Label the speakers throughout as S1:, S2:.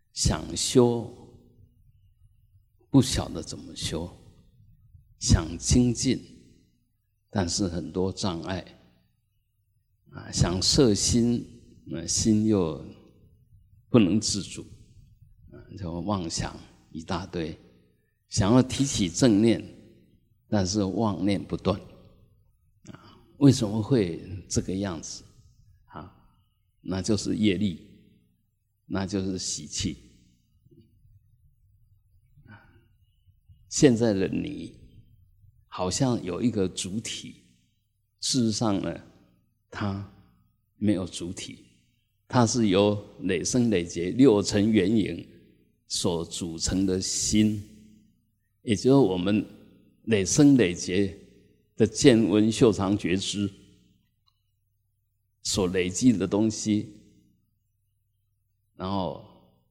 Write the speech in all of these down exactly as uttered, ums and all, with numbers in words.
S1: 想修不晓得怎么修，想精进但是很多障碍啊，想摄心，那心又不能自主，啊，就妄想一大堆，想要提起正念，但是妄念不断，啊，为什么会这个样子？啊，那就是业力，那就是习气。现在的你好像有一个主体，事实上呢，它没有主体，它是由累生累劫六尘缘影所组成的心，也就是我们累生累劫的见闻嗅尝觉知所累积的东西，然后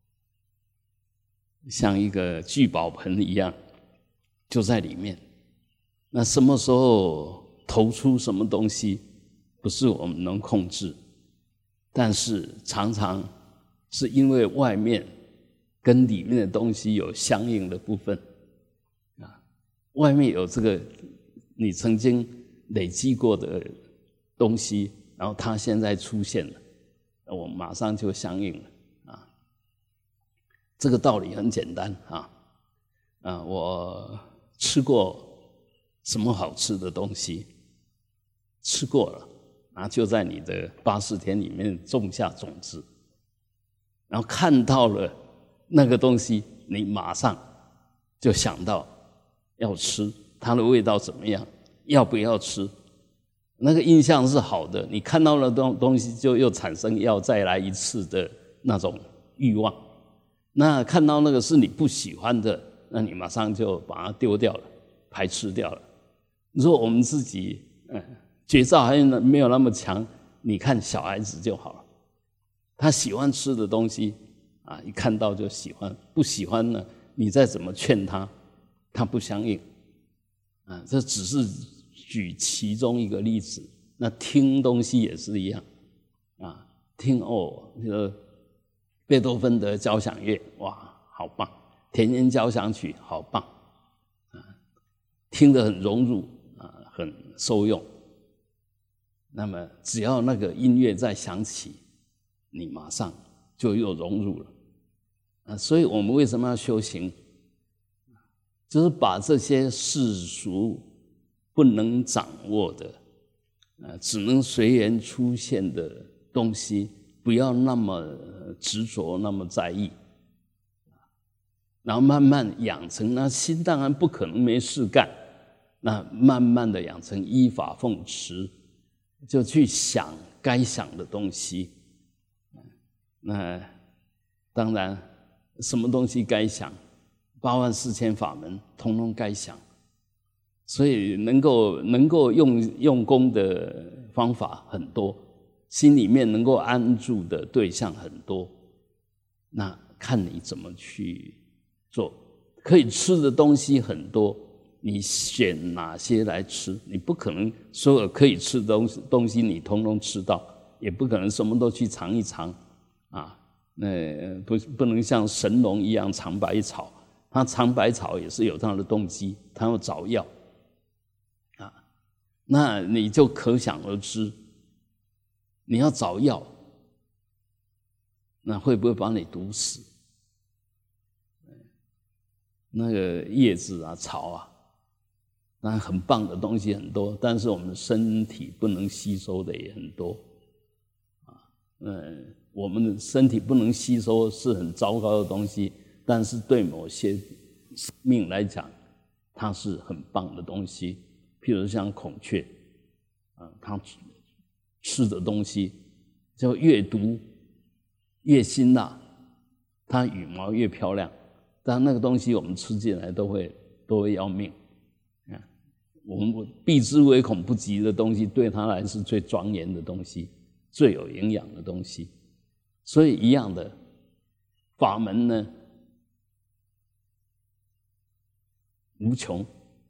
S1: 像一个聚宝盆一样就在里面。那什么时候投出什么东西不是我们能控制，但是常常是因为外面跟里面的东西有相应的部分啊，外面有这个你曾经累积过的东西，然后它现在出现了，我马上就相应了啊。这个道理很简单啊啊，我吃过什么好吃的东西，吃过了，然后就在你的八识田里面种下种子，然后看到了那个东西，你马上就想到要吃，它的味道怎么样，要不要吃，那个印象是好的，你看到了东东西就又产生要再来一次的那种欲望。那看到那个是你不喜欢的，那你马上就把它丢掉了，排斥掉了。如果我们自己嗯觉照还没有那么强，你看小孩子就好了，他喜欢吃的东西啊，一看到就喜欢，不喜欢呢，你再怎么劝他，他不相应啊。这只是举其中一个例子。那听东西也是一样啊，听哦，这个贝多芬的交响乐，哇，好棒！田园交响曲，好棒啊，听得很融入啊，很受用。那么只要那个音乐再响起，你马上就又融入了啊。所以我们为什么要修行？就是把这些世俗不能掌握的啊，只能随缘出现的东西，不要那么执着，那么在意，然后慢慢养成。那心当然不可能没事干，那慢慢的养成依法奉持，就去想该想的东西。那当然什么东西该想，八万四千法门通通该想，所以能够能够用用功的方法很多，心里面能够安住的对象很多，那看你怎么去做。可以吃的东西很多，你选哪些来吃？你不可能所有可以吃的东西东西你通通吃到，也不可能什么都去尝一尝啊。那不不能像神农一样尝百草，他尝百草也是有他的动机，他要找药啊。那你就可想而知，你要找药，那会不会把你毒死？那个叶子啊、草啊，那很棒的东西很多，但是我们身体不能吸收的也很多啊。嗯，我们的身体不能吸收是很糟糕的东西，但是对某些生命来讲，它是很棒的东西。譬如像孔雀啊，它吃的东西就越毒越辛辣，它羽毛越漂亮，但那个东西我们吃进来都会都会要命啊。我们避之唯恐不及的东西，对它来是最庄严的东西，最有营养的东西。所以一样的法门呢，无穷，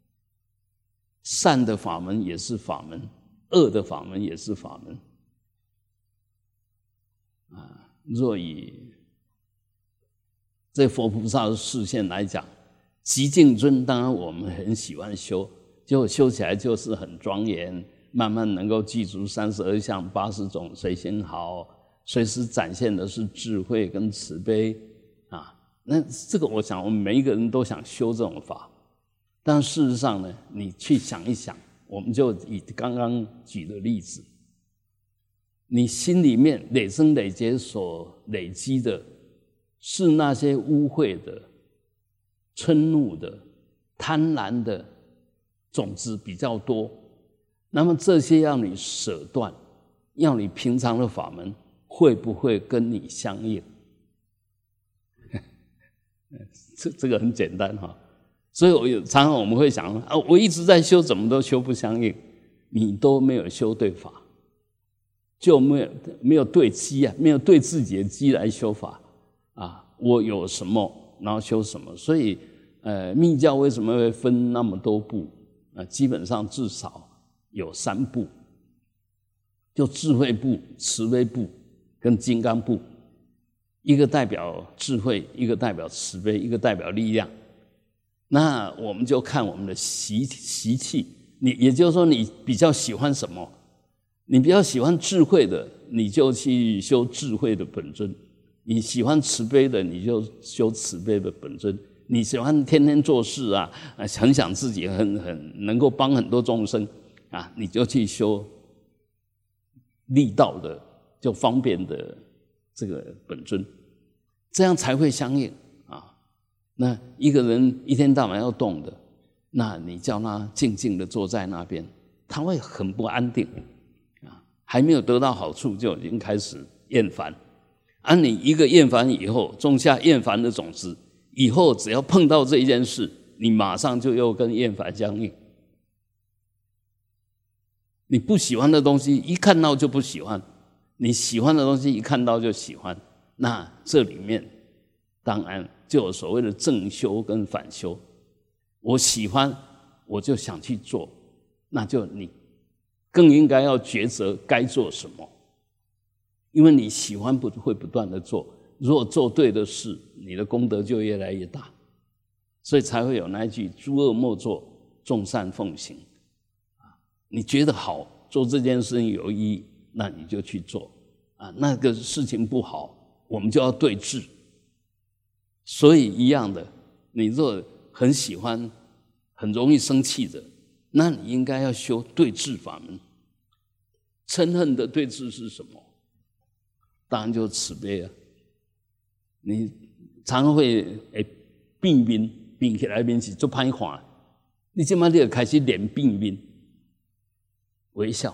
S1: 善的法门也是法门，恶的法门也是法门啊。若以在佛菩萨的视线来讲，极静尊当然我们很喜欢修，结果修起来就是很庄严，慢慢能够记住三十二相八十种随心好，随时展现的是智慧跟慈悲啊。那这个我想我们每一个人都想修这种法，但事实上呢，你去想一想，我们就以刚刚举的例子，你心里面累生累劫所累积的是那些污秽的、嗔怒的、贪婪的种子比较多，那么这些要你舍断，要你平常的法门会不会跟你相应？这这个很简单哈，所以我有常常我们会想啊，我一直在修，怎么都修不相应？你都没有修对法，就没有没有对机啊，没有对自己的机来修法啊。我有什么，然后修什么。所以，呃，密教为什么会分那么多部？呃，基本上至少有三部，就智慧部、慈悲部跟金刚部。一个代表智慧，一个代表慈悲，一个代表力量。那我们就看我们的习习气，你也就是说，你比较喜欢什么？你比较喜欢智慧的，你就去修智慧的本尊；你喜欢慈悲的，你就修慈悲的本尊；你喜欢天天做事啊，很想自己很很能够帮很多众生啊，你就去修力道的，就方便的这个本尊，这样才会相应啊。那一个人一天到晚要动的，那你叫他静静的坐在那边，他会很不安定啊，还没有得到好处就已经开始厌烦。啊，你一个厌烦以后，种下厌烦的种子，以后只要碰到这一件事，你马上就又跟厌烦相应。你不喜欢的东西，一看到就不喜欢。你喜欢的东西一看到就喜欢，那这里面当然就有所谓的正修跟反修。我喜欢我就想去做，那就你更应该要抉择该做什么，因为你喜欢不会不断的做，如果做对的事，你的功德就越来越大，所以才会有那一句诸恶莫作，众善奉行。你觉得好，做这件事情有意义，那你就去做啊。那个事情不好，我们就要对治。所以一样的，你若很喜欢、很容易生气的，那你应该要修对治法门。嗔恨的对治是什么？当然就是慈悲啊。你常常会会变面，变起来面是做歹看，你现在你就开始练变面，微笑。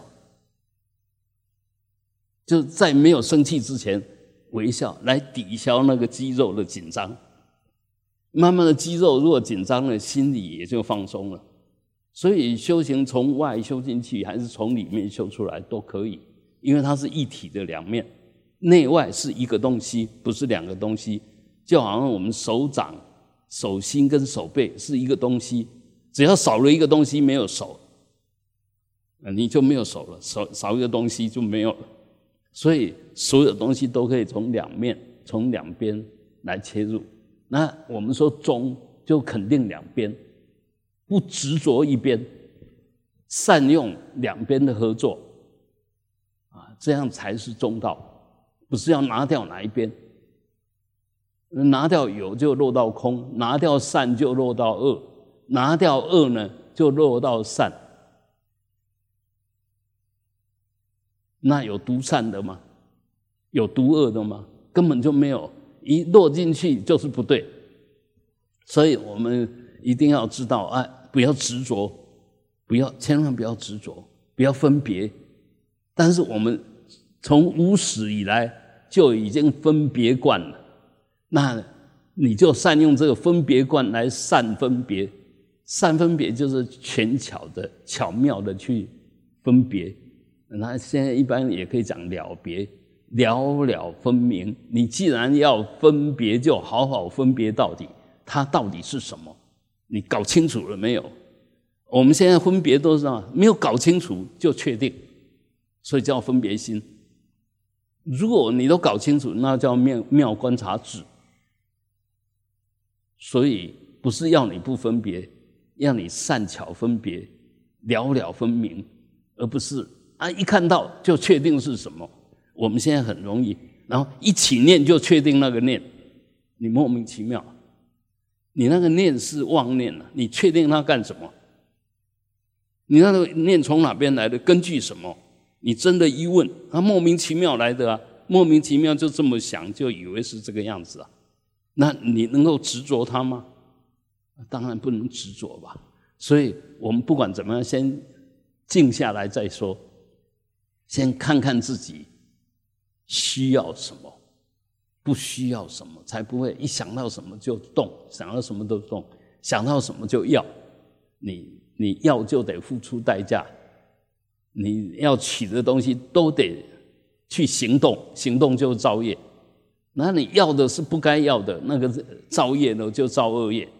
S1: 就在没有生气之前，微笑来抵消那个肌肉的紧张。慢慢的肌肉如果紧张了，心里也就放松了。所以修行从外修进去，还是从里面修出来都可以，因为它是一体的两面，内外是一个东西，不是两个东西。就好像我们手掌、手心跟手背是一个东西，只要少了一个东西，没有手，你就没有手了，少少一个东西就没有了。所以所有东西都可以从两面、从两边来切入。那我们说中，就肯定两边，不执着一边，善用两边的合作啊，这样才是中道，不是要拿掉哪一边。拿掉有就落到空，拿掉善就落到恶，拿掉恶呢就落到善。那有独善的吗？有独恶的吗？根本就没有，一落进去就是不对。所以我们一定要知道，哎，不要执着，不要千万不要执着，不要分别。但是我们从无始以来就已经分别惯了，那你就善用这个分别惯来善分别。善分别就是权巧的、巧妙的去分别。那现在一般也可以讲了别，了了分明。你既然要分别，就好好分别到底，它到底是什么？你搞清楚了没有？我们现在分别都是这样，没有搞清楚就确定，所以叫分别心。如果你都搞清楚，那叫妙妙观察智。 所以不是要你不分别，要你善巧分别，了了分明，而不是啊一看到就确定是什么。我们现在很容易，然后一起念就确定那个念，你莫名其妙，你那个念是妄念了，你确定它干什么？你那个念从哪边来的？根据什么？你真的一问，它莫名其妙来的啊，莫名其妙就这么想，就以为是这个样子啊。那你能够执着它吗？当然不能执着吧。所以我们不管怎么样，先静下来再说，先看看自己需要什么，不需要什么，才不会一想到什么就动，想到什么都动，想到什么就要。你你要就得付出代价，你要取的东西都得去行动，行动就是造业。那你要的是不该要的，那个造业呢就造恶业。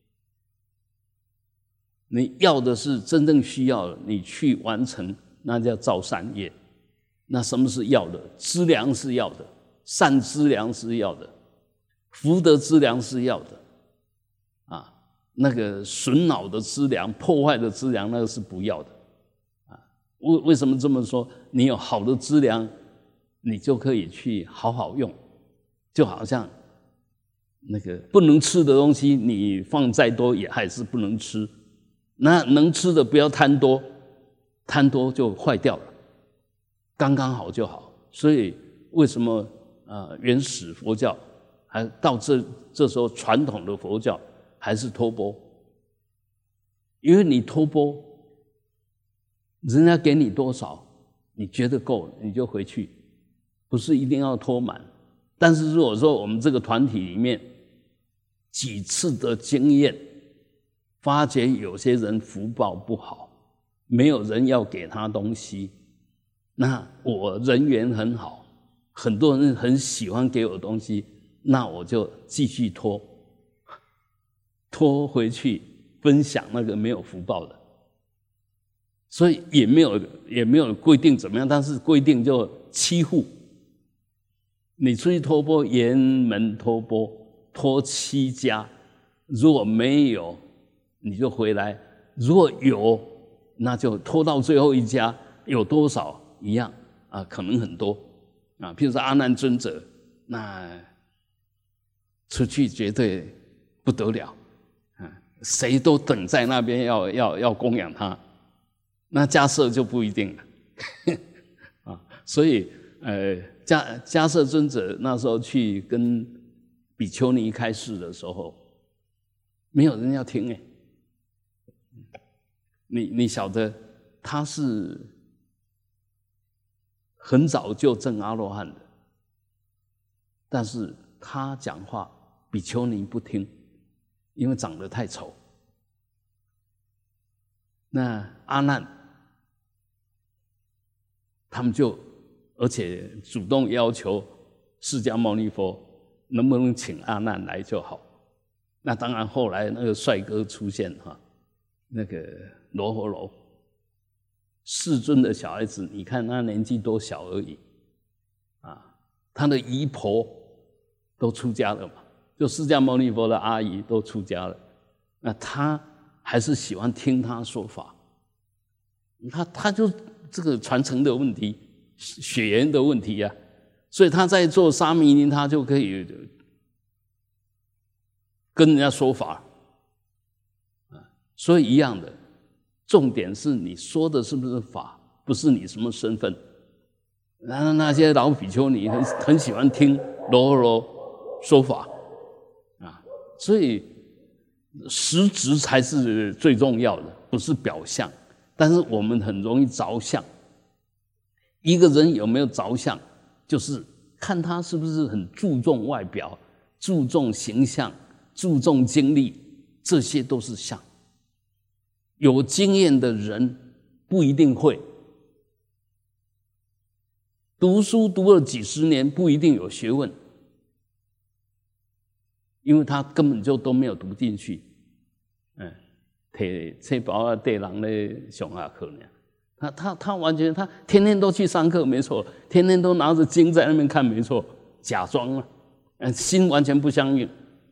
S1: 你要的是真正需要的，你去完成，那叫造善业。那什么是要的？资粮是要的，善资粮是要的，福德资粮是要的啊。那个损恼的资粮、破坏的资粮，那个是不要的啊。为为什么这么说？你有好的资粮，你就可以去好好用。就好像那个不能吃的东西，你放再多也还是不能吃。那能吃的不要贪多，贪多就坏掉了，刚刚好就好。所以为什么呃原始佛教还到这这时候传统的佛教还是托钵？因为你托钵，人家给你多少，你觉得够了，你就回去，不是一定要托满。但是如果说我们这个团体里面几次的经验，发觉有些人福报不好，没有人要给他东西，那我人缘很好，很多人很喜欢给我东西，那我就继续拖拖回去分享那个没有福报的。所以也没有也没有规定怎么样，但是规定就七户，你出去托钵，沿门托钵，托七家，如果没有你就回来，如果有那就托到最后一家，有多少一样啊，可能很多啊。譬如说阿难尊者，那出去绝对不得了啊，谁都等在那边要要要供养他。那迦叶就不一定了啊，所以呃迦迦叶尊者那时候去跟比丘尼开示的时候，没有人要听哎。你你晓得他是很早就证阿罗汉的，但是他讲话比丘尼不听，因为长得太丑。那阿难他们就而且主动要求释迦牟尼佛能不能请阿难来就好。那当然后来那个帅哥出现哈，那个罗睺罗世尊的小孩子，你看他年纪多小而已啊，他的姨婆都出家了嘛，就释迦牟尼佛的阿姨都出家了，那他还是喜欢听他说法。他他就这个传承的问题，血缘的问题啊，所以他在做沙弥尼，他就可以跟人家说法啊，所以一样的，重点是你说的是不是法，不是你什么身份。那那些老比丘尼很很喜欢听罗睺罗说法啊，所以实质才是最重要的，不是表象。但是我们很容易着相，一个人有没有着相，就是看他是不是很注重外表、注重形象、注重经历，这些都是相。有经验的人不一定会，读书读了几十年不一定有学问，因为他根本就都没有读进去。嗯，摕册包啊，缀人咧上下课呢。他他他完全他天天都去上课，没错，天天都拿着经在那边看，没错，假装啊，心完全不相应。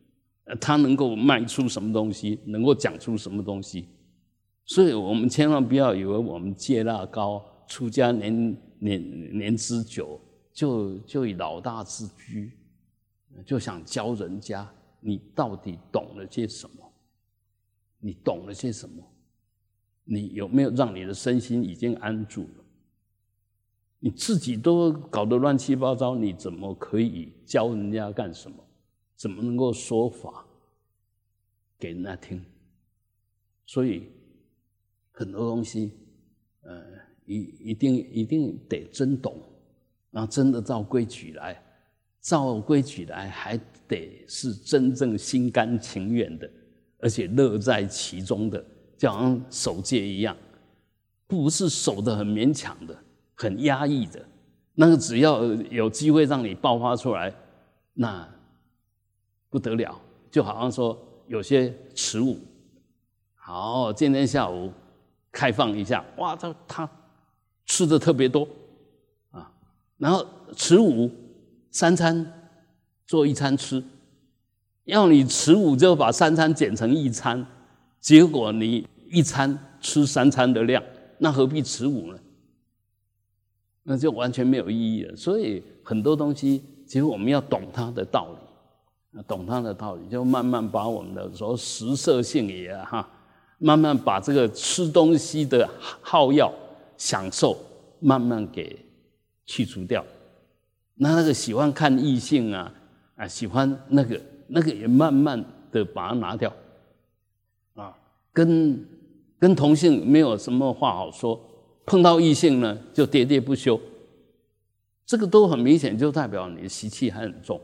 S1: 他能够卖出什么东西，能够讲出什么东西。所以我们千万不要以为我们戒腊高，出家年年年资久，就就以老大自居，就想教人家。你到底懂了些什么？你懂了些什么？你有没有让你的身心已经安住了？你自己都搞得乱七八糟，你怎么可以教人家干什么？怎么能够说法给人家听？所以很多东西，呃，一一定一定得真懂，然后真的照规矩来，照规矩来，还得是真正心甘情愿的，而且乐在其中的，就好像守戒一样，不是守得很勉强的，很压抑的。那个只要有机会让你爆发出来，那不得了。就好像说有些持舞，好，今天下午开放一下，哇，他他吃的特别多啊，然后持午三餐做一餐吃，要你持午就把三餐减成一餐，结果你一餐吃三餐的量，那何必持午呢？那就完全没有意义了。所以很多东西，其实我们要懂它的道理，懂它的道理，就慢慢把我们的说食色性也哈。慢慢把这个吃东西的好药、享受慢慢给去除掉。那那个喜欢看异性啊，啊，喜欢那个那个也慢慢的把它拿掉。啊，跟跟同性没有什么话好说，碰到异性呢就喋喋不休。这个都很明显，就代表你的习气还很重。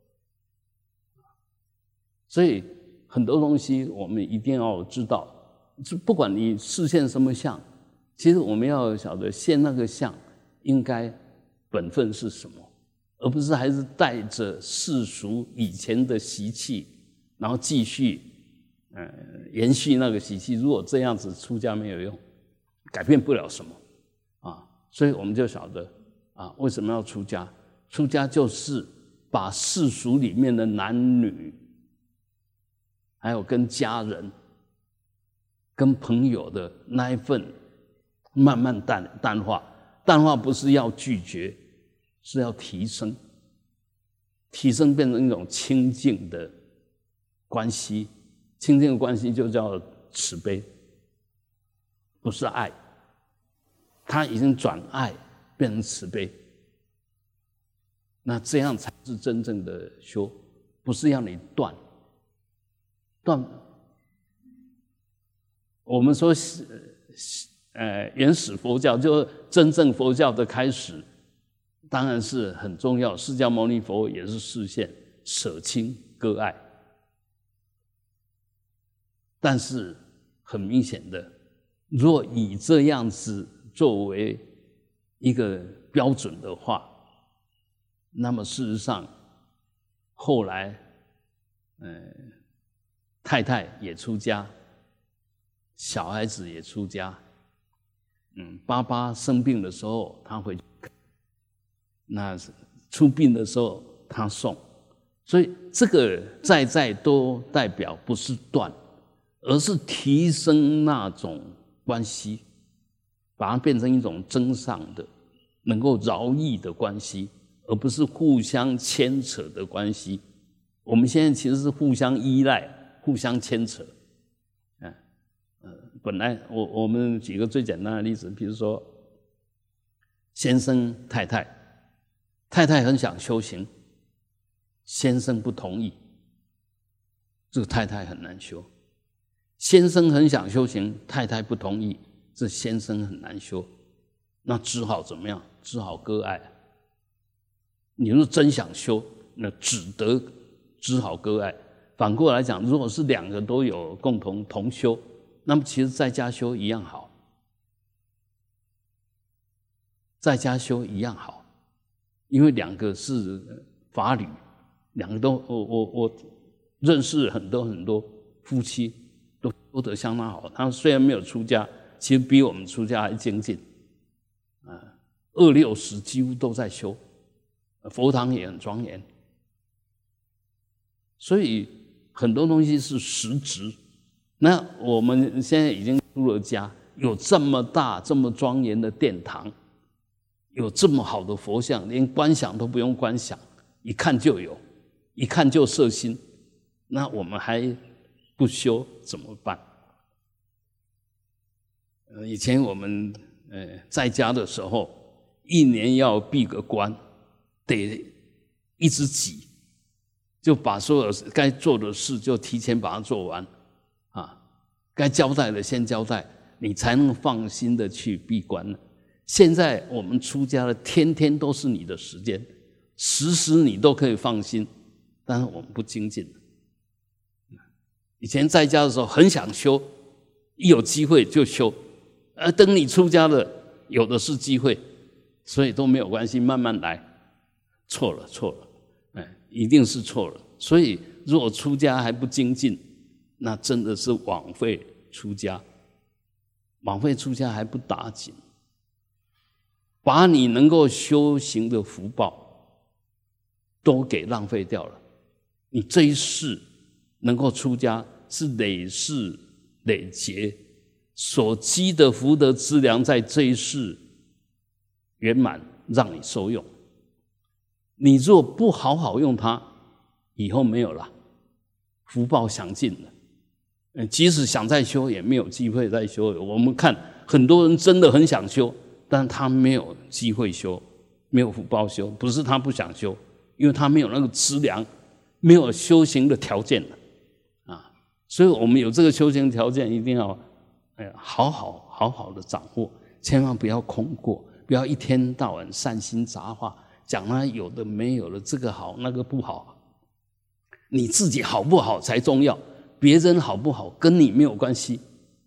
S1: 所以很多东西我们一定要知道。不管你视现什么相，其实我们要晓得现那个相应该本分是什么，而不是还是带着世俗以前的习气，然后继续呃延续那个习气。如果这样子出家没有用，改变不了什么啊。所以我们就晓得啊，为什么要出家？出家就是把世俗里面的男女，还有跟家人、跟朋友的那一份慢慢淡淡化。淡化不是要拒绝，是要提升，提升变成一种清净的关系。清净的关系就叫慈悲，不是爱。他已经转爱变成慈悲，那这样才是真正的修，不是要你断断。我们说呃，原始佛教就真正佛教的开始，当然是很重要。释迦牟尼佛也是示现舍亲割爱，但是很明显的，若以这样子作为一个标准的话，那么事实上后来呃，太太也出家，小孩子也出家，嗯，爸爸生病的时候他会，那出殡的时候他送，所以这个在在都代表不是断，而是提升那种关系，把它变成一种增上的、能够饶益的关系，而不是互相牵扯的关系。我们现在其实是互相依赖、互相牵扯。本来我我们举个最简单的例子，比如说先生太太，太太很想修行，先生不同意，这个太太很难修。先生很想修行，太太不同意，这先生很难修。那只好怎么样？只好割爱。你如果真想修，那只得只好割爱。反过来讲，如果是两个都有共同同修，那么其实在家修一样好，在家修一样好，因为两个是法侣，两个都我我我认识很多很多夫妻都修得相当好，他们虽然没有出家，其实比我们出家还精进，啊，二六十几乎都在修，佛堂也很庄严，所以很多东西是实质。那我们现在已经出了家，有这么大这么庄严的殿堂，有这么好的佛像，连观想都不用观想，一看就有，一看就摄心，那我们还不修怎么办？呃，以前我们呃在家的时候，一年要闭个关，得一直挤，就把所有该做的事就提前把它做完啊，该交代的先交代，你才能放心的去闭关了。现在我们出家了，天天都是你的时间，时时你都可以放心，但是我们不精进。以前在家的时候很想修，一有机会就修，而等你出家了，有的是机会，所以都没有关系，慢慢来。错了，错了，哎，一定是错了。所以，如果出家还不精进，那真的是枉费出家，枉费出家还不打紧，把你能够修行的福报都给浪费掉了。你这一世能够出家，是累世累劫所积的福德资粮，在这一世圆满，让你受用。你若不好好用它，以后没有了，福报享尽了。即使想再修，也没有机会再修。我们看很多人真的很想修，但他没有机会修，没有福报修。不是他不想修，因为他没有那个资粮，没有修行的条件了啊。所以我们有这个修行条件，一定要哎好好好好的掌握，千万不要空过，不要一天到晚善心杂话，讲那有的没有的，这个好那个不好。你自己好不好才重要，别人好不好跟你没有关系。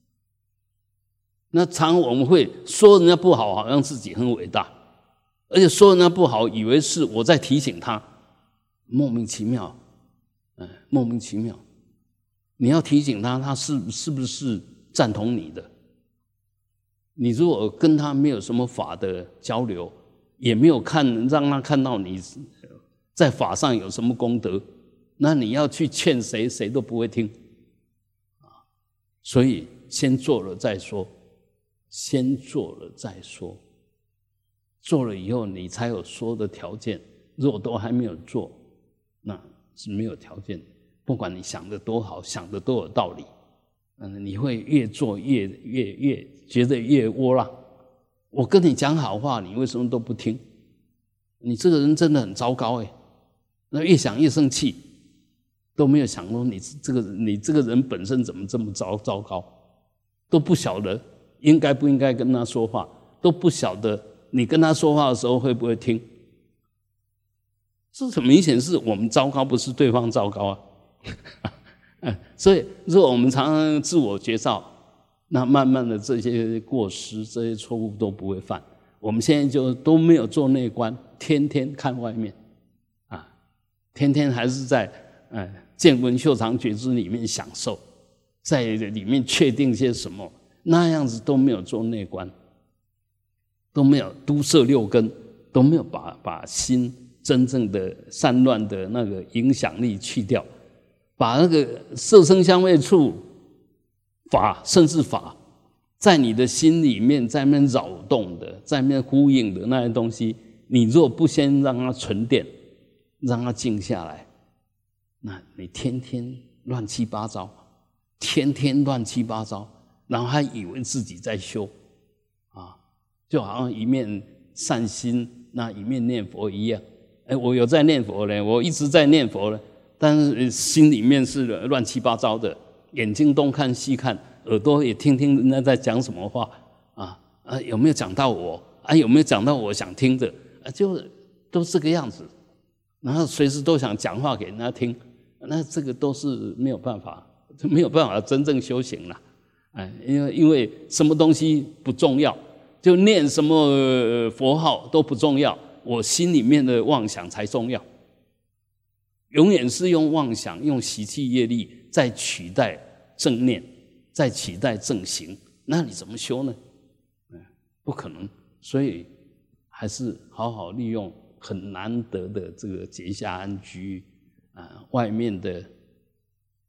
S1: 那常我们会说人家不好，好像自己很伟大，而且说人家不好，以为是我在提醒他，莫名其妙，哎，莫名其妙。你要提醒他，他是是不是赞同你的？你如果跟他没有什么法的交流，也没有看让他看到你在法上有什么功德，那你要去劝谁，谁都不会听啊。所以先做了再说，先做了再说，做了以后你才有说的条件。如果都还没有做，那是没有条件。不管你想的多好，想的多有道理，嗯，你会越做越越越觉得越窝囊。我跟你讲好话，你为什么都不听？你这个人真的很糟糕哎！那越想越生气，都没有想过你这个你这个人本身怎么这么糟糟糕，都不晓得应该不应该跟他说话，都不晓得你跟他说话的时候会不会听。这很明显是我们糟糕，不是对方糟糕啊！所以，如果我们常常自我觉照，那慢慢的这些过失、这些错误都不会犯。我们现在就都没有做内观，天天看外面啊，天天还是在呃见闻修藏觉知里面享受，在里面确定些什么，那样子都没有做内观，都没有都摄六根，都没有把把心真正的散乱的那个影响力去掉，把那个色声香味触法甚至法在你的心里面在那边扰动的，在那边呼应的那些东西，你若不先让它沉淀，让它静下来，那你天天乱七八糟，天天乱七八糟，然后还以为自己在修啊，就好像一面善心，那一面念佛一样。哎，我有在念佛呢，我一直在念佛了，但是心里面是乱七八糟的，眼睛东看西看，耳朵也听听人家在讲什么话啊啊，有没有讲到我啊？有没有讲到我想听的啊？就都这个样子，然后随时都想讲话给人家听，那这个都是没有办法，没有办法真正修行了。哎，因为因为什么东西不重要，就念什么佛号都不重要，我心里面的妄想才重要。永远是用妄想、用习气业力在取代正念，在取代正行，那你怎么修呢？不可能。所以还是好好利用很难得的这个结下安居啊，外面的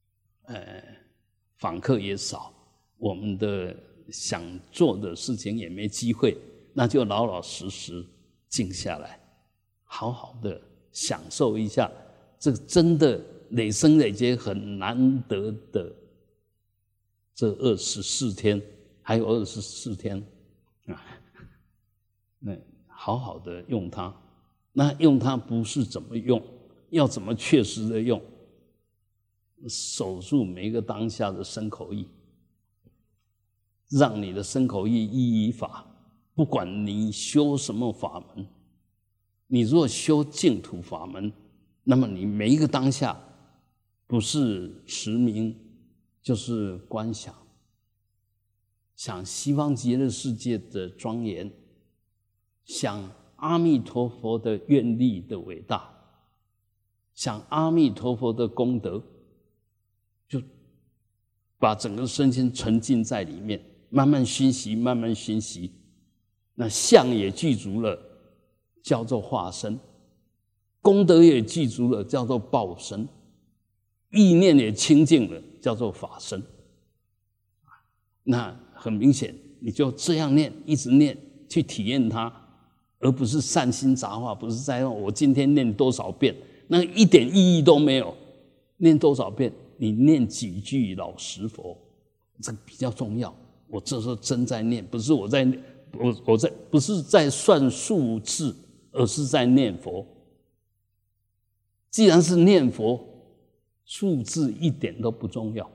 S1: 呃，访客也少，我们的想做的事情也没机会，那就老老实实静下来，好好的享受一下这真的累生累劫很难得的这二十四天，还有二十四天啊，那好好的用它。那用它不是怎么用，要怎么确实的用，守住每一个当下的身口意，让你的身口意依依法。不管你修什么法门，你若修净土法门，那么你每一个当下不是持名就是观想，想西方极乐世界的庄严，想阿弥陀佛的愿力的伟大，想阿弥陀佛的功德，就把整个身心沉浸在里面，慢慢熏习，慢慢熏习。那相也具足了，叫做化身；功德也具足了，叫做报身；意念也清净了，叫做法身。那很明显，你就这样念，一直念，去体验它。而不是善心杂话，不是在用我今天念多少遍，那一点意义都没有。念多少遍，你念几句老实佛，这个比较重要。我这时候真在念，不是我在我我在不是在算数字，而是在念佛。既然是念佛，数字一点都不重要。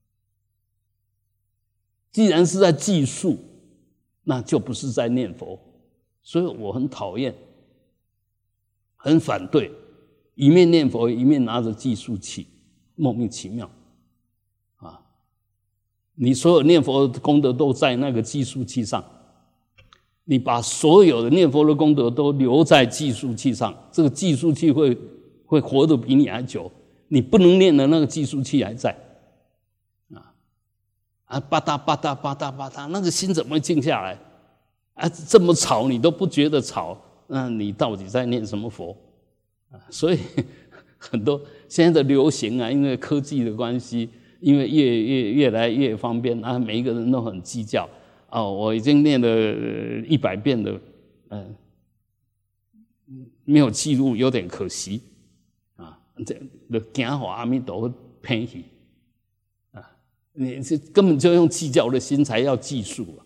S1: 既然是在计数，那就不是在念佛。所以我很讨厌，很反对，一面念佛一面拿着计数器，莫名其妙啊！你所有念佛的功德都在那个计数器上，你把所有的念佛的功德都留在计数器上，这个计数器会会活得比你还久。你不能念的那个计数器还在啊啊！吧嗒吧嗒吧嗒吧嗒，那个心怎么会静下来？啊，这么吵你都不觉得吵，那你到底在念什么佛啊？所以很多现在的流行啊，因为科技的关系，因为越越越来越方便啊，每一个人都很计较哦。我已经念了一百遍了，嗯、呃，没有记录有点可惜啊。这就惊给阿弥陀佛偏去啊，你是根本就用计较的心才要计数啊。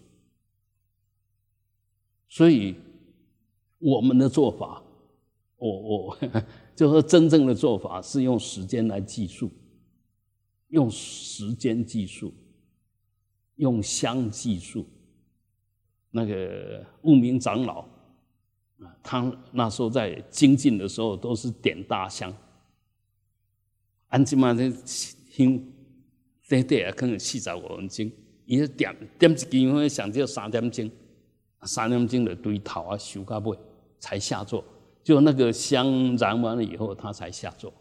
S1: 所以我们的做法，我我就说真正的做法是用时间来计数，用时间计数，用香计数。那个悟明长老啊，他那时候在精进的时候都是点大香，按今嘛这香短短啊，可能四十五分钟，伊咧点点一支香，上少三点钟。三点钟的堆头啊，修到尾才下座。就那个香燃完了以后，他才下座。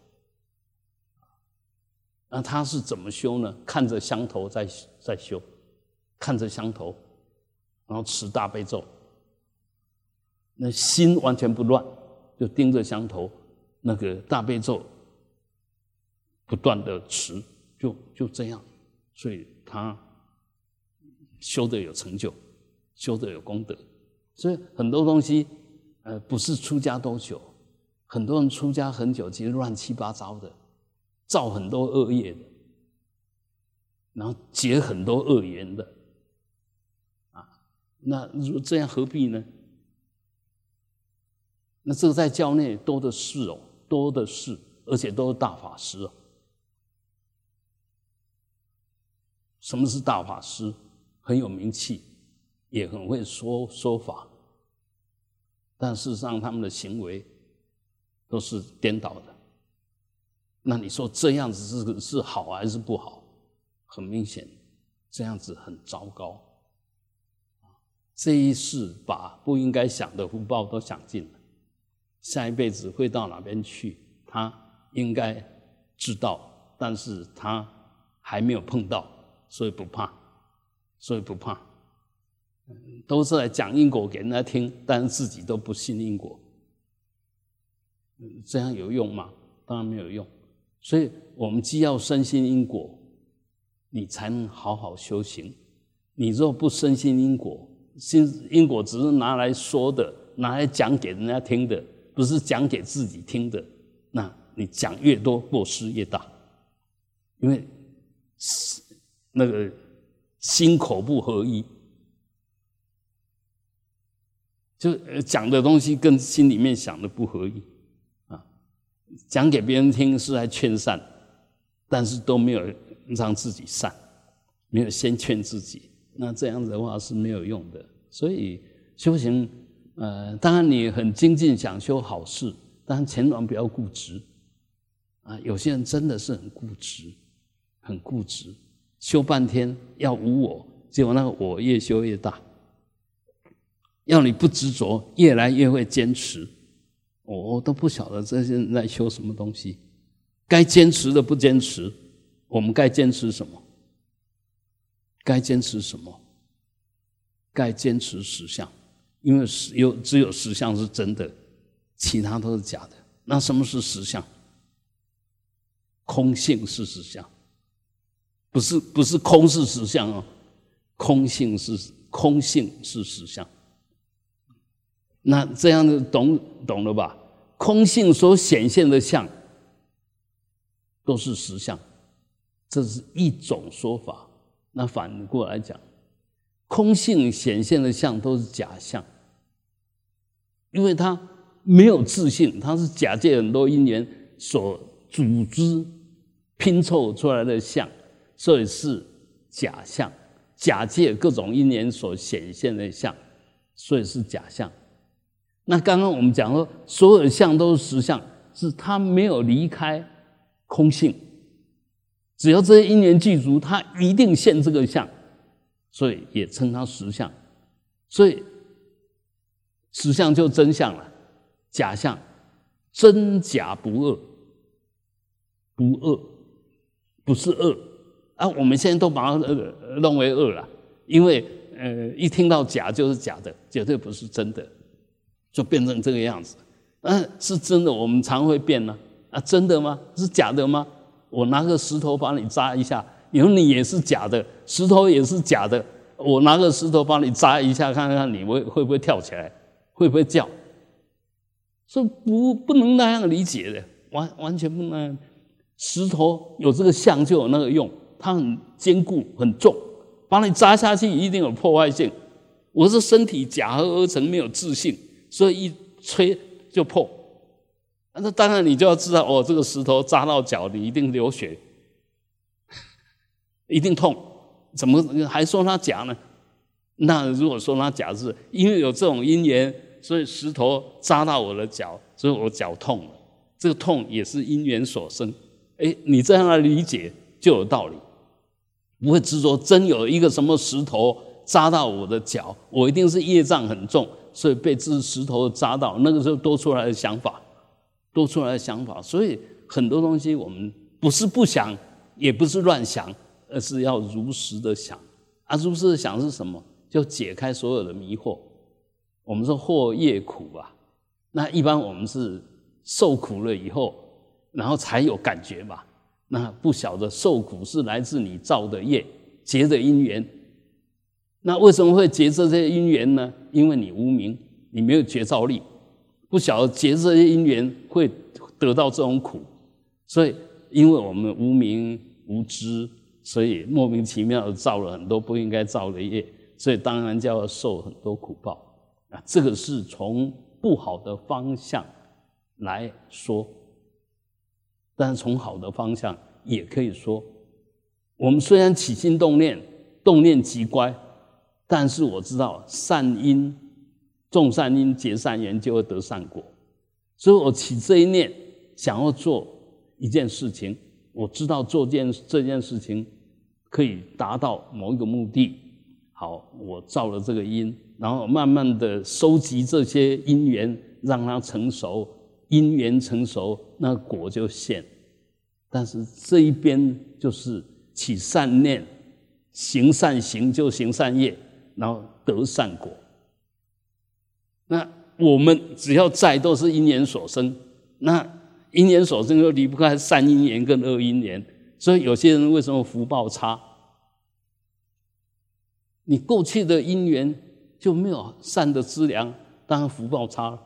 S1: 那他是怎么修呢？看着香头在在修，看着香头，然后持大悲咒，那心完全不乱，就盯着香头，那个大悲咒不断的持，就就这样，所以他修得有成就。修得有功德，所以很多东西，呃，不是出家多久，很多人出家很久，其实乱七八糟的，造很多恶业的，然后结很多恶缘的，啊，那如果这样何必呢？那这个在教内多的是哦，多的是，而且都是大法师哦。什么是大法师？很有名气。也很会说说法，但事实上他们的行为都是颠倒的。那你说这样子是是好还是不好？很明显，这样子很糟糕。这一世把不应该享的福报都享尽了，下一辈子会到哪边去？他应该知道，但是他还没有碰到，所以不怕，所以不怕。都是来讲因果给人家听，但是自己都不信因果，这样有用吗？当然没有用。所以我们既要深信因果， 你才能好好修行。你若不深信因果，因果只是拿来说的，拿来讲给人家听的，不是讲给自己听的，那你讲越多，过失越大。因为那个心口不合一，就讲的东西跟心里面想的不合一啊。讲给别人听是来劝善，但是都没有让自己善，没有先劝自己，那这样子的话是没有用的。所以修行，呃，当然你很精进想修好事，但千万不要固执啊。有些人真的是很固执，很固执，修半天要无我，结果那个我越修越大。要你不执着，越来越会坚持。我都不晓得这些人在修什么东西，该坚持的不坚持。我们该坚持什么？该坚持什么？该坚持实相，因为有只有实相是真的，其他都是假的。那什么是实相？空性是实相，不是不是空是实相哦，空性是空性是实相。那这样子懂懂了吧？空性所显现的相都是实相，这是一种说法。那反过来讲，空性显现的相都是假相，因为它没有自性，它是假借很多因缘所组织拼凑出来的相，所以是假相。假借各种因缘所显现的相，所以是假相。那刚刚我们讲说，所有的相都是实相，是它没有离开空性。只要这些因缘具足，它一定现这个相，所以也称它实相。所以实相就真相了，假相真假不二，不二不是二啊。我们现在都把它认为二了，因为呃一听到假就是假的，绝对不是真的。就变成这个样子，嗯，是真的，我们常会变呢。啊，真的吗？是假的吗？我拿个石头把你扎一下，以后你也是假的，石头也是假的。我拿个石头把你扎一下，看看你会会不会跳起来，会不会叫？所以不不能那样理解的，完完全不能那样。石头有这个相就有那个用，它很坚固很重，把你扎下去一定有破坏性。我是身体假合而成，没有自性。所以一吹就破，那当然你就要知道，哦，这个石头扎到脚，你一定流血，一定痛，怎么还说它假呢？那如果说它假，是因为有这种因缘，所以石头扎到我的脚，所以我脚痛了。这个痛也是因缘所生。哎，你这样来理解就有道理，不会执着真有一个什么石头扎到我的脚，我一定是业障很重。所以被这石头扎到，那个时候多出来的想法，多出来的想法。所以很多东西我们不是不想，也不是乱想，而是要如实的想。啊，如实的想是什么？就解开所有的迷惑。我们说惑业苦啊，那一般我们是受苦了以后，然后才有感觉嘛。那不晓得受苦是来自你造的业，结的因缘。那为什么会结这些因缘呢？因为你无明，你没有觉照力，不晓得结这些因缘会得到这种苦。所以因为我们无明无知，所以莫名其妙的造了很多不应该造的业，所以当然就要受很多苦报啊。这个是从不好的方向来说，但是从好的方向也可以说，我们虽然起心动念，动念即乖，但是我知道善因种善因结善缘就会得善果，所以我起这一念想要做一件事情，我知道做件这件事情可以达到某一个目的，好，我造了这个因，然后慢慢的收集这些因缘，让它成熟，因缘成熟，那果就现。但是这一边就是起善念，行善行就行善业，然后得善果。那我们只要在都是因缘所生，那因缘所生又离不开善因缘跟恶因缘，所以有些人为什么福报差， 你过去的因缘就没有善的资粮，当然福报差了。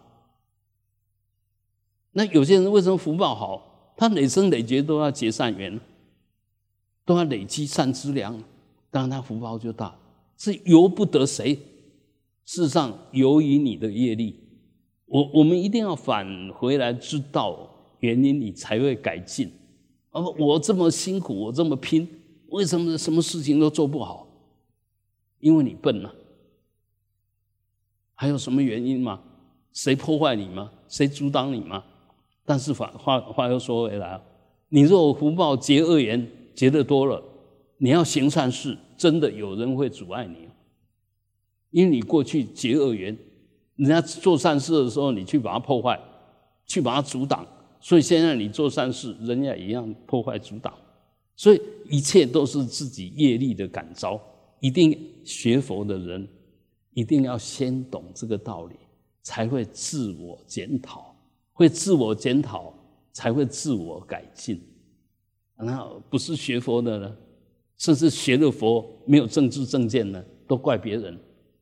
S1: 那有些人为什么福报好？他累生累劫都要结善缘，都要累积善资粮，当然他福报就大，是由不得谁。事实上由于你的业力，我我们一定要返回来知道原因，你才会改进。啊，我这么辛苦，我这么拼，为什么什么事情都做不好？因为你笨啊。还有什么原因吗？谁破坏你吗？谁阻挡你吗？但是话话话又说回来，你若有福报结恶缘结得多了，你要行善事，真的有人会阻碍你，因为你过去结恶缘，人家做善事的时候，你去把它破坏，去把它阻挡，所以现在你做善事，人家一样破坏阻挡，所以一切都是自己业力的感召。一定学佛的人一定要先懂这个道理，才会自我检讨，会自我检讨才会自我改进。那不是学佛的呢，甚至学了佛没有政治正见呢，都怪别人，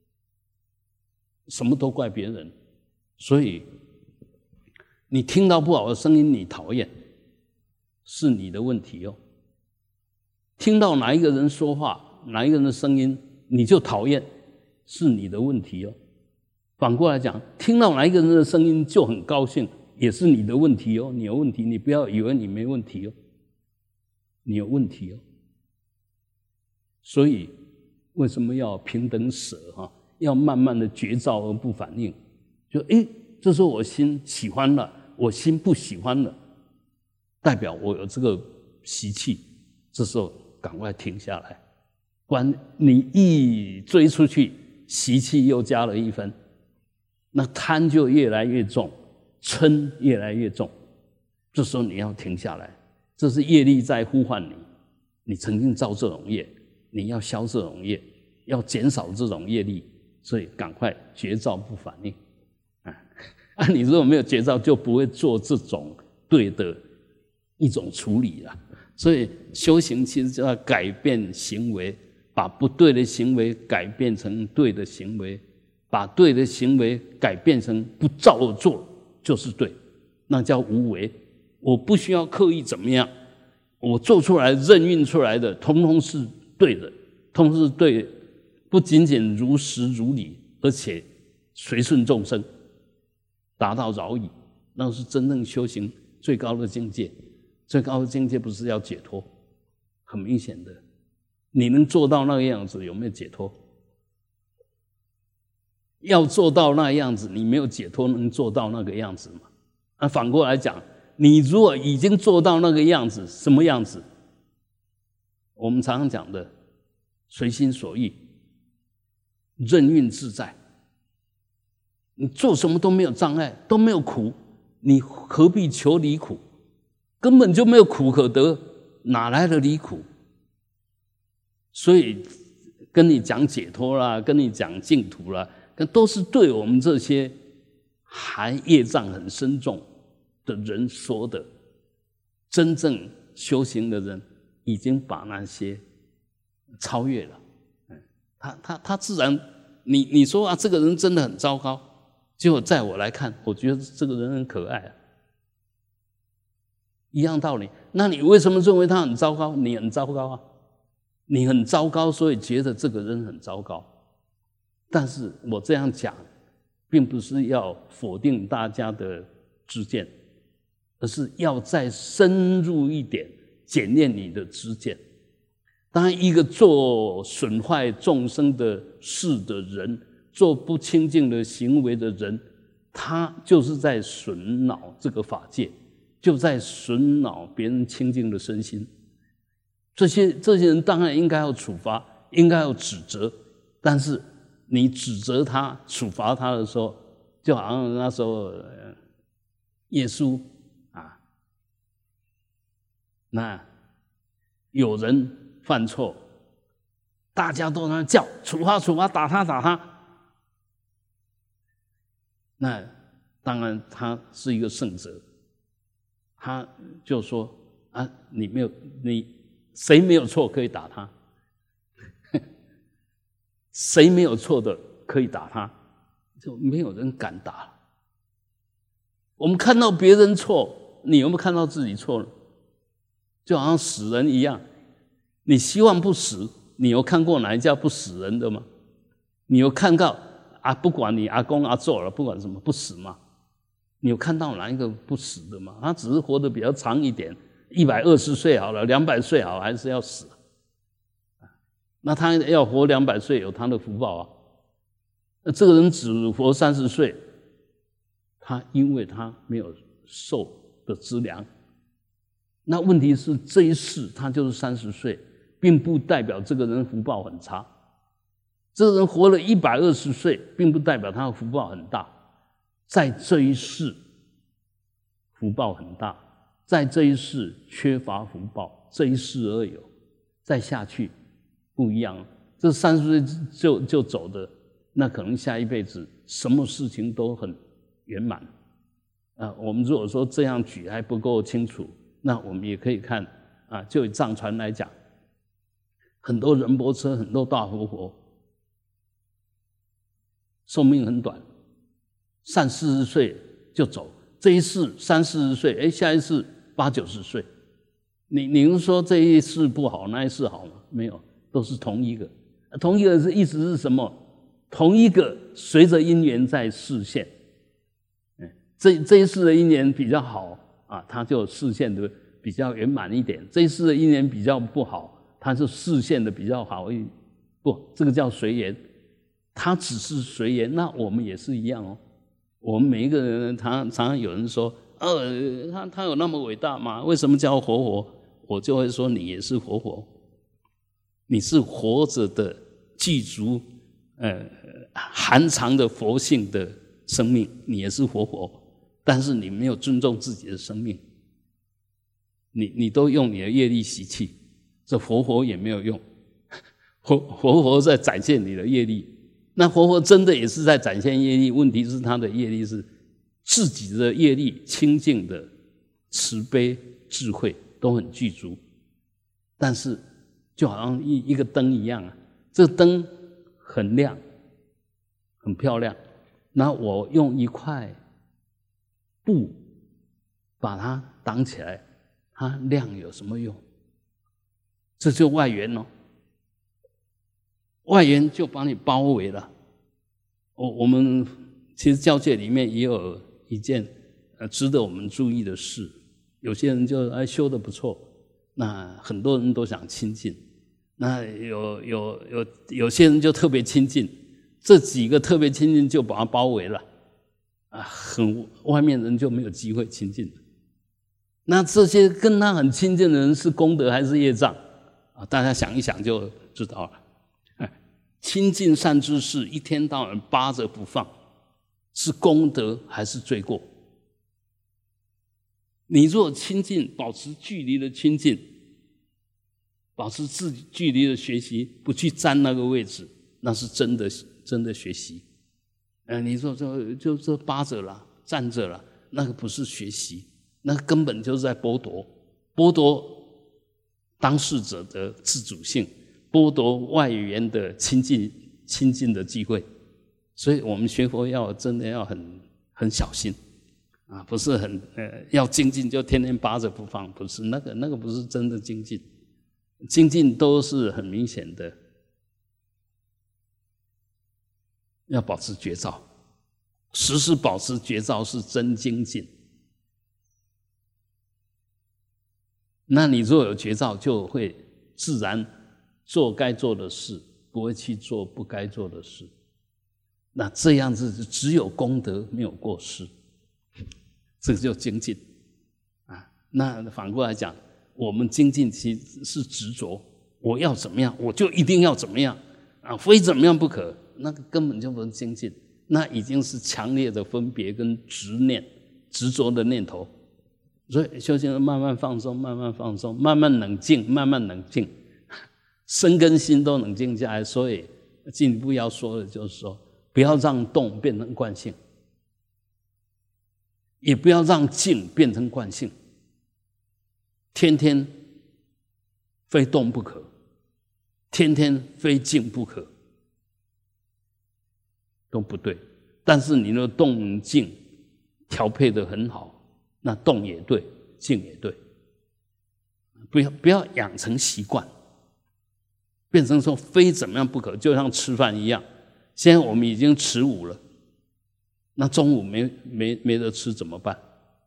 S1: 什么都怪别人。所以你听到不好的声音你讨厌，是你的问题哦。听到哪一个人说话，哪一个人的声音你就讨厌，是你的问题哦。反过来讲，听到哪一个人的声音就很高兴，也是你的问题哦。你有问题，你不要以为你没问题哦，你有问题哦。所以为什么要平等舍啊？要慢慢的觉照而不反应。就诶，这时候我心喜欢了，我心不喜欢了，代表我有这个习气，这时候赶快停下来。不然你一追出去，习气又加了一分，那贪就越来越重，嗔越来越重。这时候你要停下来，这是业力在呼唤你。你曾经造这种业，你要消这种业，要减少这种业力，所以赶快觉照不反应。啊，啊你如果没有觉照，就不会做这种对的一种处理了。所以修行其实就要改变行为，把不对的行为改变成对的行为，把对的行为改变成不照做就是对，那叫无为。我不需要刻意怎么样，我做出来任运出来的通通是对的，通通是对的，不仅仅如实如理，而且随顺众生，达到饶益，那是真正修行最高的境界。最高的境界不是要解脱，很明显的，你能做到那个样子，有没有解脱？要做到那样子，你没有解脱，能做到那个样子吗？那反过来讲，你如果已经做到那个样子，什么样子？我们常常讲的随心所欲，任运自在，你做什么都没有障碍，都没有苦，你何必求离苦？根本就没有苦可得，哪来的离苦？所以跟你讲解脱啦，跟你讲净土啦，都是对我们这些还业障很深重的人说的。真正修行的人已经把那些超越了，他他他自然，你你说啊，这个人真的很糟糕，结果在我来看，我觉得这个人很可爱啊。一样道理，那你为什么认为他很糟糕？你很糟糕啊，你很糟糕，所以觉得这个人很糟糕。但是我这样讲，并不是要否定大家的知见，而是要再深入一点，检验你的知见。当然，一个做损坏众生的事的人，做不清净的行为的人，他就是在损恼这个法界，就在损恼别人清净的身心。这些这些人当然应该要处罚，应该要指责，但是你指责他、处罚他的时候，就好像那时候耶稣啊，那有人犯错，大家都在那叫处罚、处罚，打他、打他。那当然他是一个圣者。他就说啊，你没有，你谁没有错可以打他？ 谁没有错的可以打他，就没有人敢打了。我们看到别人错，你有没有看到自己错了？就好像死人一样，你希望不死，你有看过哪一家不死人的吗？你有看到啊？不管你阿公阿祖了，不管什么不死吗？你有看到哪一个不死的吗？他只是活得比较长一点，一百二十岁好了，两百岁好，还是要死。那他要活两百岁，有他的福报啊。那这个人只活三十岁，他因为他没有受的资粮。那问题是这一世他就是三十岁，并不代表这个人福报很差。这个人活了一百二十岁，并不代表他的福报很大。在这一世福报很大，在这一世缺乏福报，这一世而有，再下去不一样。这三十岁就就走的，那可能下一辈子什么事情都很圆满。啊，我们如果说这样举还不够清楚，那我们也可以看啊，就以藏传来讲，很多仁波切，很多大活佛，寿命很短，三四十岁就走，这一世三四十岁，哎，下一世八九十岁。你你是说这一世不好，那一世好吗？没有，都是同一个。同一个是意思是什么？同一个随着因缘在示现。这这一世的因缘比较好啊，它就示现的比较圆满一点；这一世的因缘比较不好，它就示现的比较好一不，这个叫随缘，它只是随缘。那我们也是一样哦。我们每一个人，常常常有人说，呃，他他有那么伟大吗？为什么叫活佛？我就会说，你也是活佛，你是活着的具足呃含藏的佛性的生命，你也是活佛。但是你没有尊重自己的生命，你你都用你的业力习气，这活佛也没有用。活活佛在展现你的业力，那活佛真的也是在展现业力，问题是他的业力是自己的业力清净的慈悲智慧都很具足，但是就好像一一个灯一样啊，这灯很亮很漂亮，那我用一块布把它挡起来，它亮有什么用？这就外缘哦，外缘就把你包围了。我我们其实教界里面也有一件呃值得我们注意的事，有些人就哎修得不错，那很多人都想亲近，那有有有有些人就特别亲近，这几个特别亲近就把它包围了。啊，很外面人就没有机会亲近了。那这些跟他很亲近的人是功德还是业障啊？大家想一想就知道了。哎，亲近善知识，一天到晚扒着不放，是功德还是罪过？你若亲近，保持距离的亲近，保持自己距离的学习，不去沾那个位置，那是真的真的学习。呃，你说就就这扒着了，站着了，那个不是学习，那根本就是在剥夺，剥夺当事者的自主性，剥夺外缘的亲近亲近的机会。所以我们学佛要真的要很很小心啊，不是很呃要精进就天天扒着不放，不是那个那个不是真的精进，精进都是很明显的。要保持觉照，时时保持觉照是真精进。那你若有觉照，就会自然做该做的事，不会去做不该做的事。那这样子只有功德，没有过失，这个就精进啊。那反过来讲，我们精进其实是执着，我要怎么样，我就一定要怎么样啊，非怎么样不可。那个根本就不是精进，那已经是强烈的分别跟执念、执着的念头。所以修行人慢慢放松，慢慢放松，慢慢冷静，慢慢冷静，身跟心都冷静下来。所以进一步要说的就是说，不要让动变成惯性，也不要让静变成惯性。天天非动不可，天天非静不可。 都不对。但是你的动静调配得很好，那动也对，静也对。不要不要养成习惯，变成说非怎么样不可，就像吃饭一样。现在我们已经迟午了，那中午没没没得吃怎么办？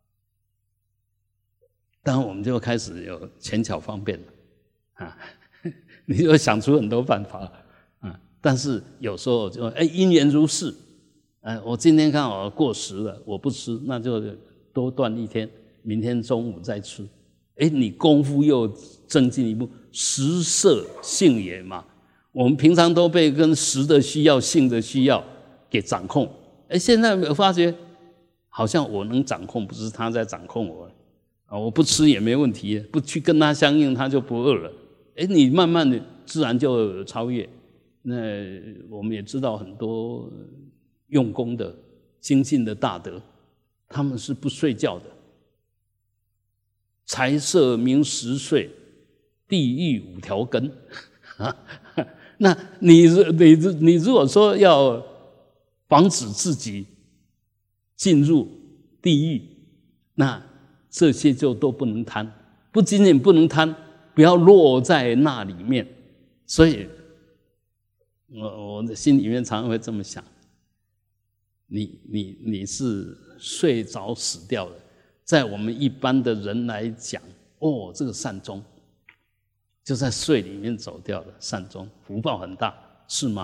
S1: 当然我们就开始有浅巧方便了啊，你就想出很多办法啊。但是有时候就哎因缘如是，哎我今天刚好过时了，我不吃，那就多断一天，明天中午再吃。哎，你功夫又增进一步，食色性也嘛。我们平常都被跟食的需要、性的需要给掌控。哎，现在我发觉好像我能掌控，不是他在掌控我啊！我不吃也没问题，不去跟他相应，他就不饿了。哎，你慢慢的自然就超越。那我们也知道很多用功的、精进的大德，他们是不睡觉的。财色名食睡，地狱五条根。那你你你如果说要防止自己进入地狱，那这些就都不能贪。不仅仅不能贪，不要落在那里面。所以我我的心里面常常会这么想：你你你是睡着死掉了。在我们一般的人来讲，哦，这个善终就在睡里面走掉了，善终福报很大，是吗？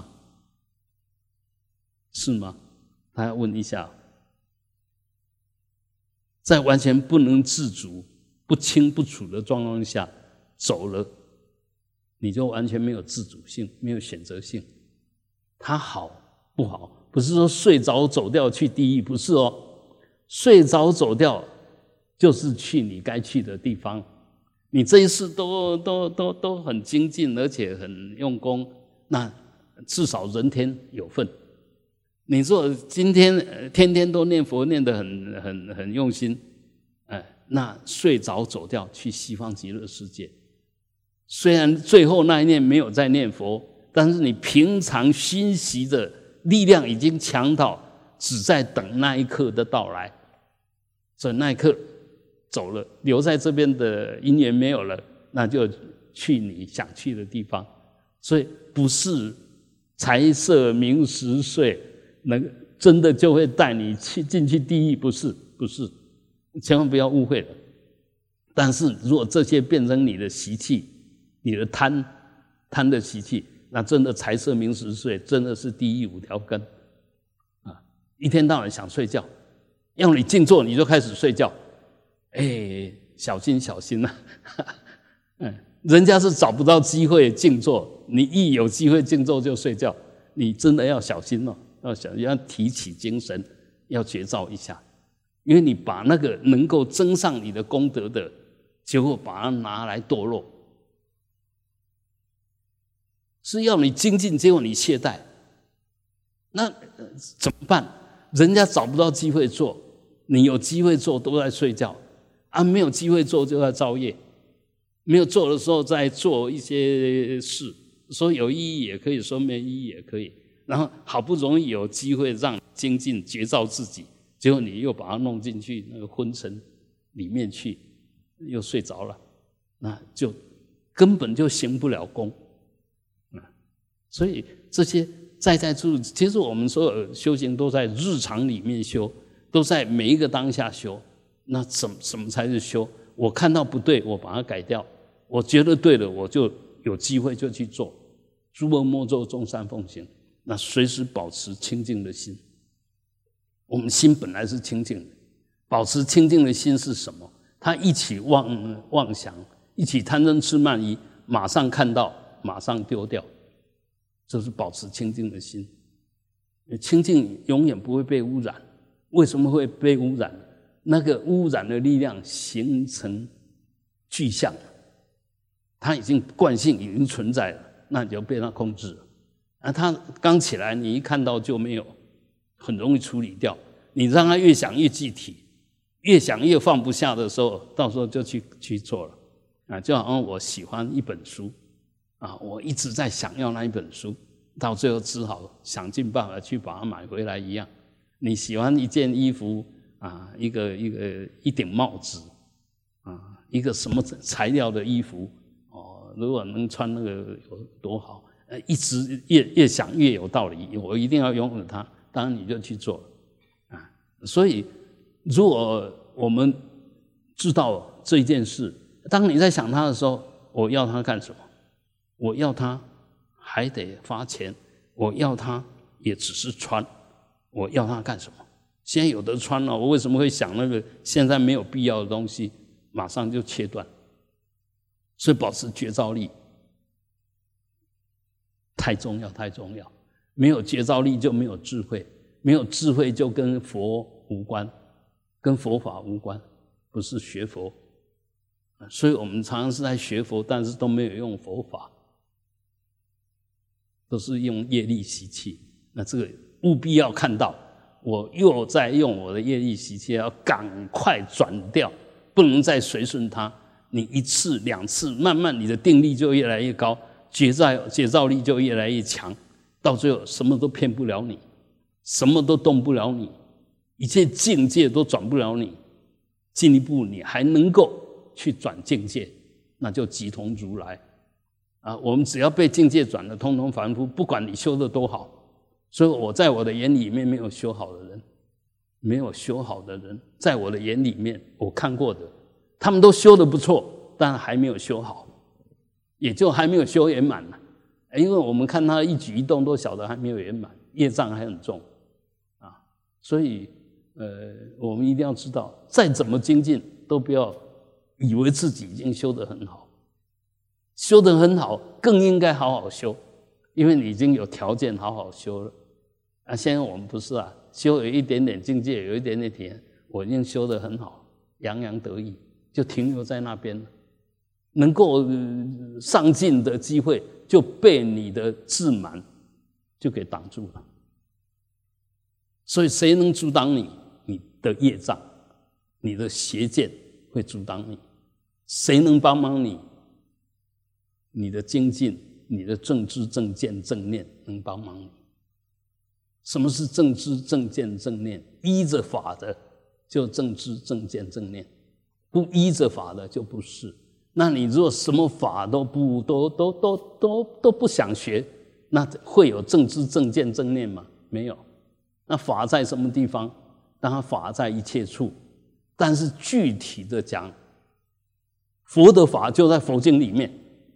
S1: 是吗？大家问一下，在完全不能自主、不清不楚的状况下走了，你就完全没有自主性，没有选择性。它好不好？不是说睡着走掉去地狱，不是哦。睡着走掉就是去你该去的地方。你这一世都都都都很精进，而且很用功，那至少人天有份。你说今天天天都念佛念得很很很用心，哎，那睡着走掉去西方极乐世界。虽然最后那一念没有在念佛，但是你平常熏习的力量已经强到只在等那一刻的到来。所以那一刻走了，留在这边的因缘没有了，那就去你想去的地方。所以不是财色名食睡能真的就会带你去进去地狱，不是不是，千万不要误会了。但是如果这些变成你的习气，你的贪贪的习气，那真的财色名食睡真的是地狱五条根啊！一天到晚想睡觉，要你静坐你就开始睡觉，哎，小心小心啊！嗯，人家是找不到机会静坐，你一有机会静坐就睡觉，你真的要小心哦，要小心，要提起精神，要觉照一下，因为你把那个能够增上你的功德的，结果把它拿来堕落，是要你精进，结果你懈怠，那怎么办？人家找不到机会做，你有机会做都在睡觉啊，没有机会做就在造业，没有做的时候在做一些事，说有意义也可以，说没意义也可以，然后好不容易有机会让精进觉照自己，结果你又把它弄进去那个昏沉里面去，又睡着了，那就根本就行不了功。所以这些在在处，其实我们所有修行都在日常里面修，都在每一个当下修。那什么什么才是修？我看到不对，我把它改掉；我觉得对了，我就有机会就去做。诸恶莫作，众善奉行。那随时保持清净的心。我们心本来是清净的，保持清净的心是什么？他一起妄妄想，一起贪嗔痴慢疑，马上看到，马上丢掉。这是保持清净的心，清净永远不会被污染。为什么会被污染？那个污染的力量形成具象，它已经惯性已经存在了，那你就被它控制了。啊，它刚起来，你一看到就没有，很容易处理掉。你让它越想越具体，越想越放不下的时候，到时候就去去做了。啊，就好像我喜欢一本书。啊，我一直在想要那一本书， 到最后只好想尽办法去把它买回来一样。你喜欢一件衣服啊，一个一个一顶帽子啊，一个什么材料的衣服哦，如果能穿那个有多好，呃，一直越越想越有道理，我一定要拥有它，当然你就去做了啊。所以如果我们知道这一件事，当你在想它的时候，我要它干什么？我要它还得花钱，我要它也只是穿，我要它干什么？现在有得穿了，我为什么会想那个现在没有必要的东西，马上就切断？所以保持觉照力太重要，太重要。没有觉照力就没有智慧，没有智慧就跟佛无关，跟佛法无关，不是学佛。所以我们常常是在学佛，但是都没有用佛法，都是用业力习气。那这个务必要看到，我又在用我的业力习气，要赶快转掉，不能再随顺它。你一次两次，慢慢你的定力就越来越高，觉照觉照力就越来越强，到最后什么都骗不了你，什么都动不了你，一切境界都转不了你。进一步你还能够去转境界，那就即同如来啊！我们只要被境界转的通通凡夫，不管你修的多好。所以我在我的眼里面没有修好的人，没有修好的人，在我的眼里面我看过的，他们都修得不错，但还没有修好，也就还没有修圆满呢。因为我们看他一举一动都晓得还没有圆满，业障还很重啊！所以呃，我们一定要知道，再怎么精进，都不要以为自己已经修得很好，修得很好，更应该好好修，因为你已经有条件好好修了。啊，现在我们不是啊，修有一点点境界，有一点点体验，我已经修得很好，洋洋得意，就停留在那边了。能够上进的机会就被你的自满就给挡住了。所以谁能阻挡你？你的业障，你的邪见会阻挡你。谁能帮忙你？你的精进，你的正知正见正念能帮忙你。什么是正知正见正念？依着法的就正知正见正念，不依着法的就不是。那你如果什么法都不都都都都都不想学，那会有正知正见正念吗？没有。那法在什么地方？当然法在一切处，但是具体的讲，佛的法就在佛经里面，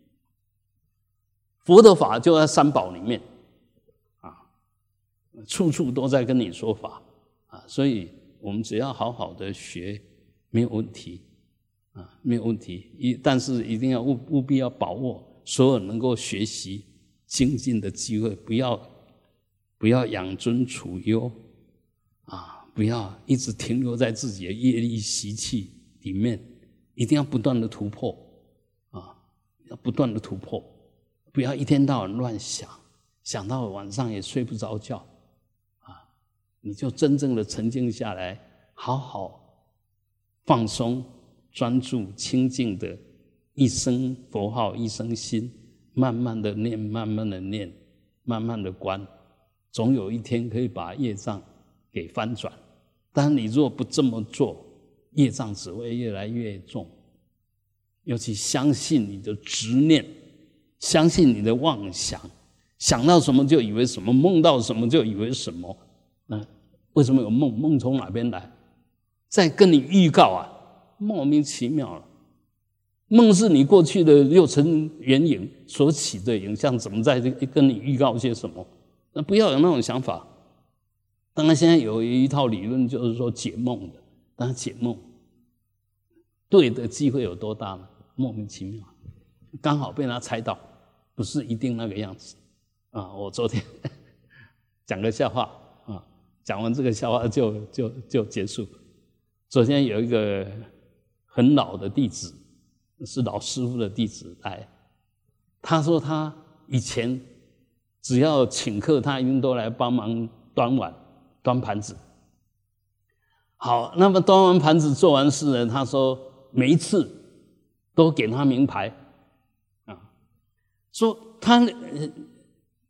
S1: 佛的法就在三宝里面啊，处处都在跟你说法啊，所以我们只要好好的学，没有问题啊，没有问题。一但是一定要务务必要把握所有能够学习精进的机会，不要不要养尊处优啊，不要一直停留在自己的业力习气里面，一定要不断的突破啊，要不断的突破，不要一天到晚乱想，想到晚上也睡不着觉啊，你就真正的沉静下来，好好放松专注清净的一声佛号一声心，慢慢的念慢慢的念慢慢的观，总有一天可以把业障给翻转。但你若不这么做，业障只会越来越重。尤其相信你的执念，相信你的妄想，想到什么就以为什么，梦到什么就以为什么。那为什么有梦？梦从哪边来？在跟你预告啊，莫名其妙了。梦是你过去的六尘缘影所起的影像，怎么在跟你预告些什么？那不要有那种想法。当然现在有一套理论就是说解梦的，但是解梦对的机会有多大呢？莫名其妙，刚好被他猜到，不是一定那个样子啊！我昨天讲个笑话啊，讲完这个笑话就就就结束。昨天有一个很老的弟子，是老师傅的弟子来，他说他以前只要请客，他一定都来帮忙端碗、端盘子。好，那么端完盘子做完事呢，他说每一次都给他名牌啊，说他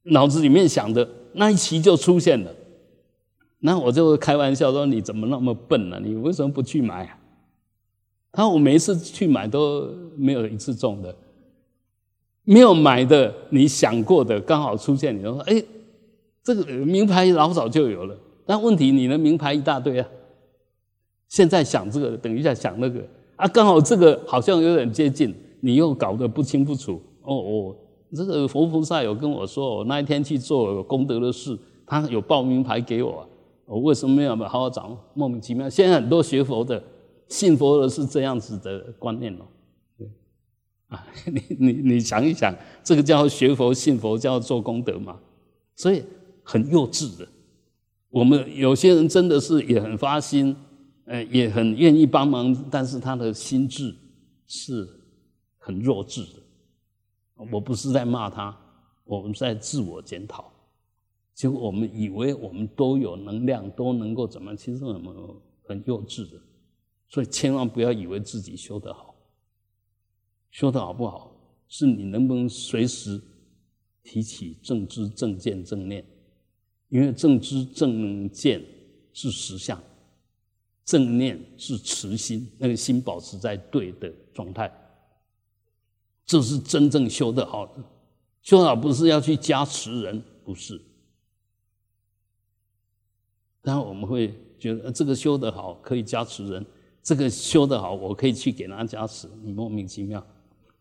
S1: 脑子里面想的那一期就出现了。那我就开玩笑说：“你怎么那么笨呢、啊？你为什么不去买啊？”他说：“我每一次去买都没有一次中的，没有买的，你想过的刚好出现，你就说：‘哎，这个名牌老早就有了。’但问题你的名牌一大堆啊，现在想这个，等一下想那个啊，刚好这个好像有点接近，你又搞得不清不楚。哦哦，这个佛菩萨有跟我说，我那一天去做有功德的事，他有报名牌给我、啊。”我为什么没有好好掌握？莫名其妙。现在很多学佛的、信佛的是这样子的观念哦。啊，你你你想一想，这个叫学佛、信佛，叫做功德嘛？所以很幼稚的。我们有些人真的是也很发心，呃，也很愿意帮忙，但是他的心智是很弱智的。我不是在骂他，我们在自我检讨。结果我们以为我们都有能量，都能够怎么样？其实我们很幼稚的，所以千万不要以为自己修得好。修得好不好，是你能不能随时提起正知、正见、正念。因为正知、正见是实相，正念是持心，那个心保持在对的状态，这是真正修得好的。修得好不是要去加持人，不是。当然我们会觉得这个修得好可以加持人，这个修得好我可以去给他加持，你莫名其妙。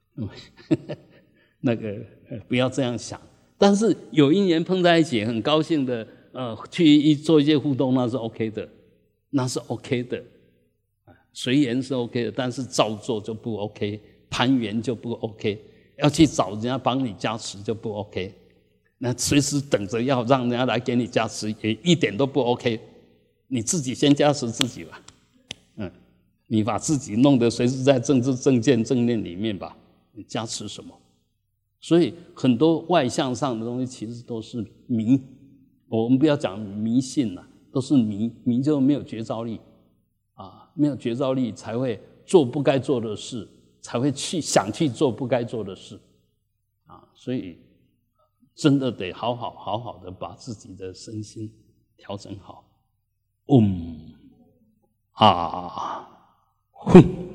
S1: 那个不要这样想。但是有因缘碰在一起，很高兴的，呃，去一做一些互动，那是 OK 的，那是 OK 的。随缘是 OK 的，但是照做就不 OK， 攀缘就不 OK， 要去找人家帮你加持就不 OK。那随时等着要让人家来给你加持，也一点都不 OK。你自己先加持自己吧，嗯，你把自己弄得随时在正知、正见、正念里面吧，你加持什么？所以很多外向上的东西其实都是迷，我们不要讲迷信啦，都是迷，迷就没有觉照力啊，没有觉照力才会做不该做的事，才会去想去做不该做的事啊，所以真的得好好好好的把自己的身心调整好。嗯啊哼。